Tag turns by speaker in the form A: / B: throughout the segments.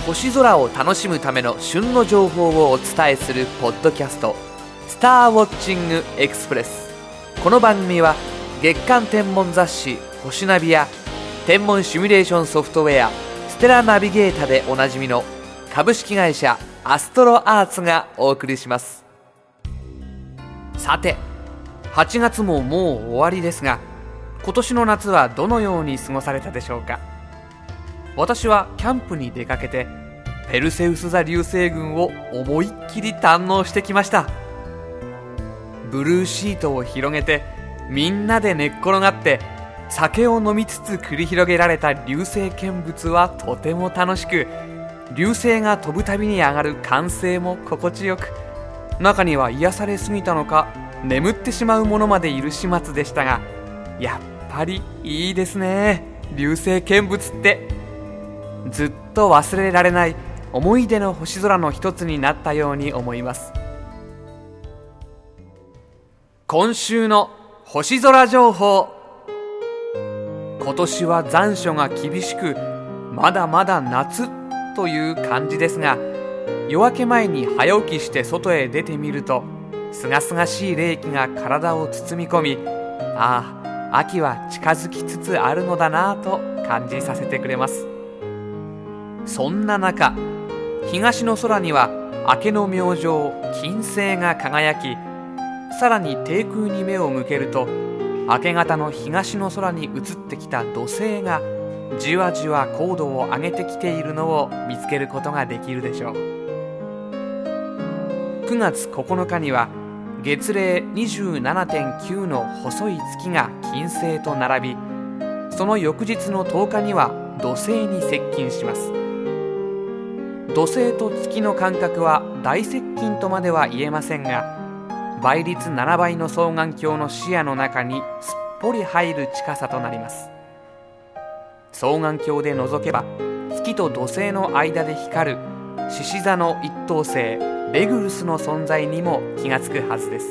A: 星空を楽しむための旬の情報をお伝えするポッドキャスト、スターウォッチングエクスプレス。この番組は月間天文雑誌星ナビや天文シミュレーションソフトウェアステラナビゲータでおなじみの株式会社アストロアーツがお送りします。さて、8月ももう終わりですが、今年の夏はどのように過ごされたでしょうか。私はキャンプに出かけてペルセウス座流星群を思いっきり堪能してきました。ブルーシートを広げてみんなで寝っ転がって酒を飲みつつ繰り広げられた流星見物はとても楽しく、流星が飛ぶたびに上がる歓声も心地よく、中には癒されすぎたのか眠ってしまうものまでいる始末でしたが、やっぱりいいですね。流星見物ってずっと忘れられない思い出の星空の一つになったように思います。今週の星空情報。今年は残暑が厳しく、まだまだ夏という感じですが、夜明け前に早起きして外へ出てみると、すがすがしい冷気が体を包み込み、ああ、秋は近づきつつあるのだなぁと感じさせてくれます。そんな中、東の空には明けの明星金星が輝き、さらに低空に目を向けると明け方の東の空に移ってきた土星がじわじわ高度を上げてきているのを見つけることができるでしょう。9月9日には月齢 27.9 の細い月が金星と並び、その翌日の10日には土星に接近します。土星と月の間隔は大接近とまでは言えませんが、倍率7倍の双眼鏡の視野の中にすっぽり入る近さとなります。双眼鏡で覗けば月と土星の間で光る獅子座の一等星レグルスの存在にも気がつくはずです。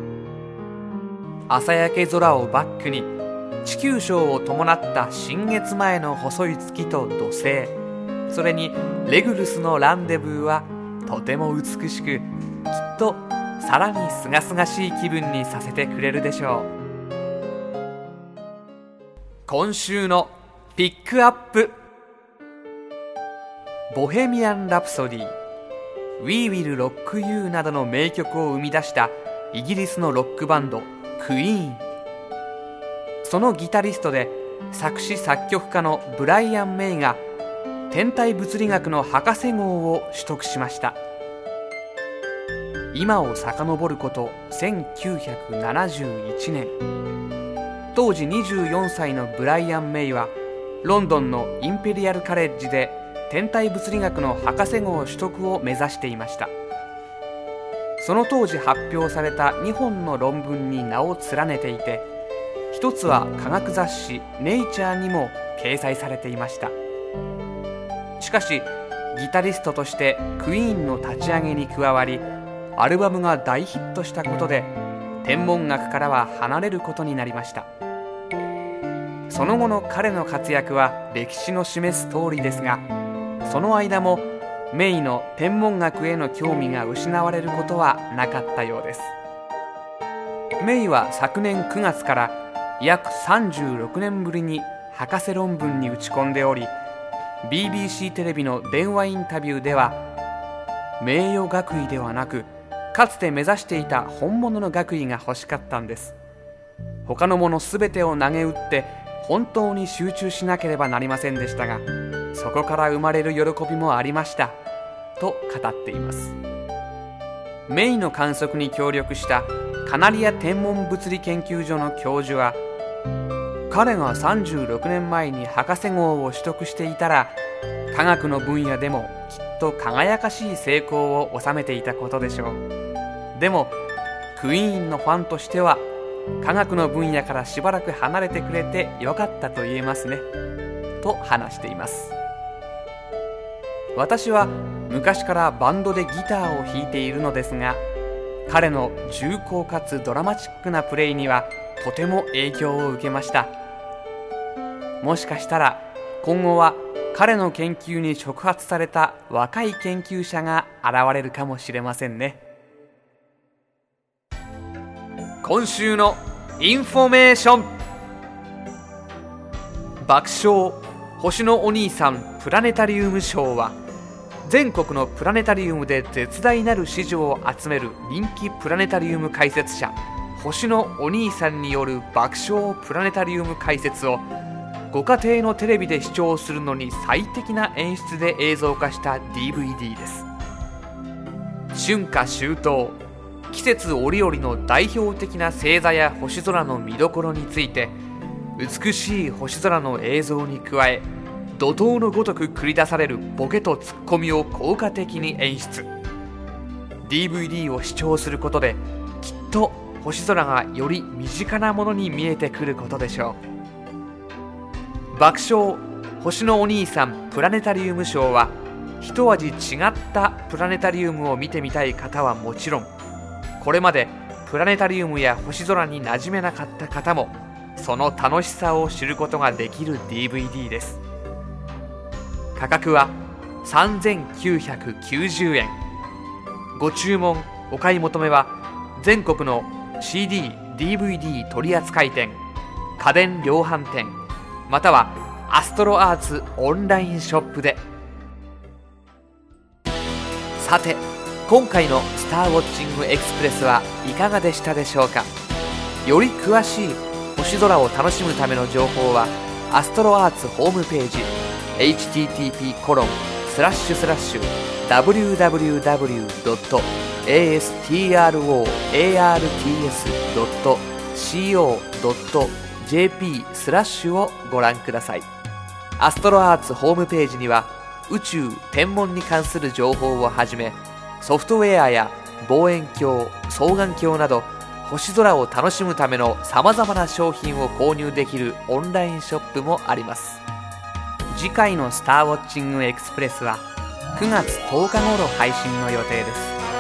A: 朝焼け空をバックに地球章を伴った新月前の細い月と土星、それにレグルスのランデブーはとても美しく、きっとさらにすがすがしい気分にさせてくれるでしょう。今週のピックアップ。ボヘミアン・ラプソディ、We Will Rock You などの名曲を生み出したイギリスのロックバンドクイーン。そのギタリストで作詞作曲家のブライアン・メイが天体物理学の博士号を取得しました。今を遡ること1971年、当時24歳のブライアン・メイはロンドンのインペリアルカレッジで天体物理学の博士号取得を目指していました。その当時発表された2本の論文に名を連ねていて、一つは科学雑誌ネイチャーにも掲載されていました。しかしギタリストとしてクイーンの立ち上げに加わり、アルバムが大ヒットしたことで天文学からは離れることになりました。その後の彼の活躍は歴史の示す通りですが、その間もメイの天文学への興味が失われることはなかったようです。メイは昨年9月から約36年ぶりに博士論文に打ち込んでおり、BBC テレビの電話インタビューでは、名誉学位ではなくかつて目指していた本物の学位が欲しかったんです。他のものすべてを投げ打って本当に集中しなければなりませんでしたが、そこから生まれる喜びもありましたと語っています。メイの観測に協力したカナリア天文物理研究所の教授は、彼が36年前に博士号を取得していたら科学の分野でもきっと輝かしい成功を収めていたことでしょう。でもクイーンのファンとしては科学の分野からしばらく離れてくれてよかったと言えますねと話しています。私は昔からバンドでギターを弾いているのですが、彼の重厚かつドラマチックなプレイにはとても影響を受けました。もしかしたら今後は彼の研究に触発された若い研究者が現れるかもしれませんね。今週のインフォメーション。爆笑星のお兄さんプラネタリウムショーは、全国のプラネタリウムで絶大なる支持を集める人気プラネタリウム解説者星のお兄さんによる爆笑プラネタリウム解説を、ご家庭のテレビで視聴するのに最適な演出で映像化した DVD です。春夏秋冬、季節折々の代表的な星座や星空の見どころについて、美しい星空の映像に加え、怒涛のごとく繰り出されるボケとツッコミを効果的に演出。 DVD を視聴することで、きっと星空がより身近なものに見えてくることでしょう。爆笑星のお兄さんプラネタリウムショーは、一味違ったプラネタリウムを見てみたい方はもちろん、これまでプラネタリウムや星空に馴染めなかった方も、その楽しさを知ることができる DVD です。価格は3990円。ご注文お買い求めは、全国の CD、DVD 取扱店、家電量販店、またはアストロアーツオンラインショップで。さて、今回のスターウォッチングエクスプレスはいかがでしたでしょうか。より詳しい星空を楽しむための情報は、アストロアーツホームページ http://www.astrarts.co.jp/ をご覧ください。アストロアーツホームページには、宇宙天文に関する情報をはじめ、ソフトウェアや望遠鏡、双眼鏡など、星空を楽しむためのさまざまな商品を購入できるオンラインショップもあります。次回のスターウォッチングエクスプレスは9月10日頃配信の予定です。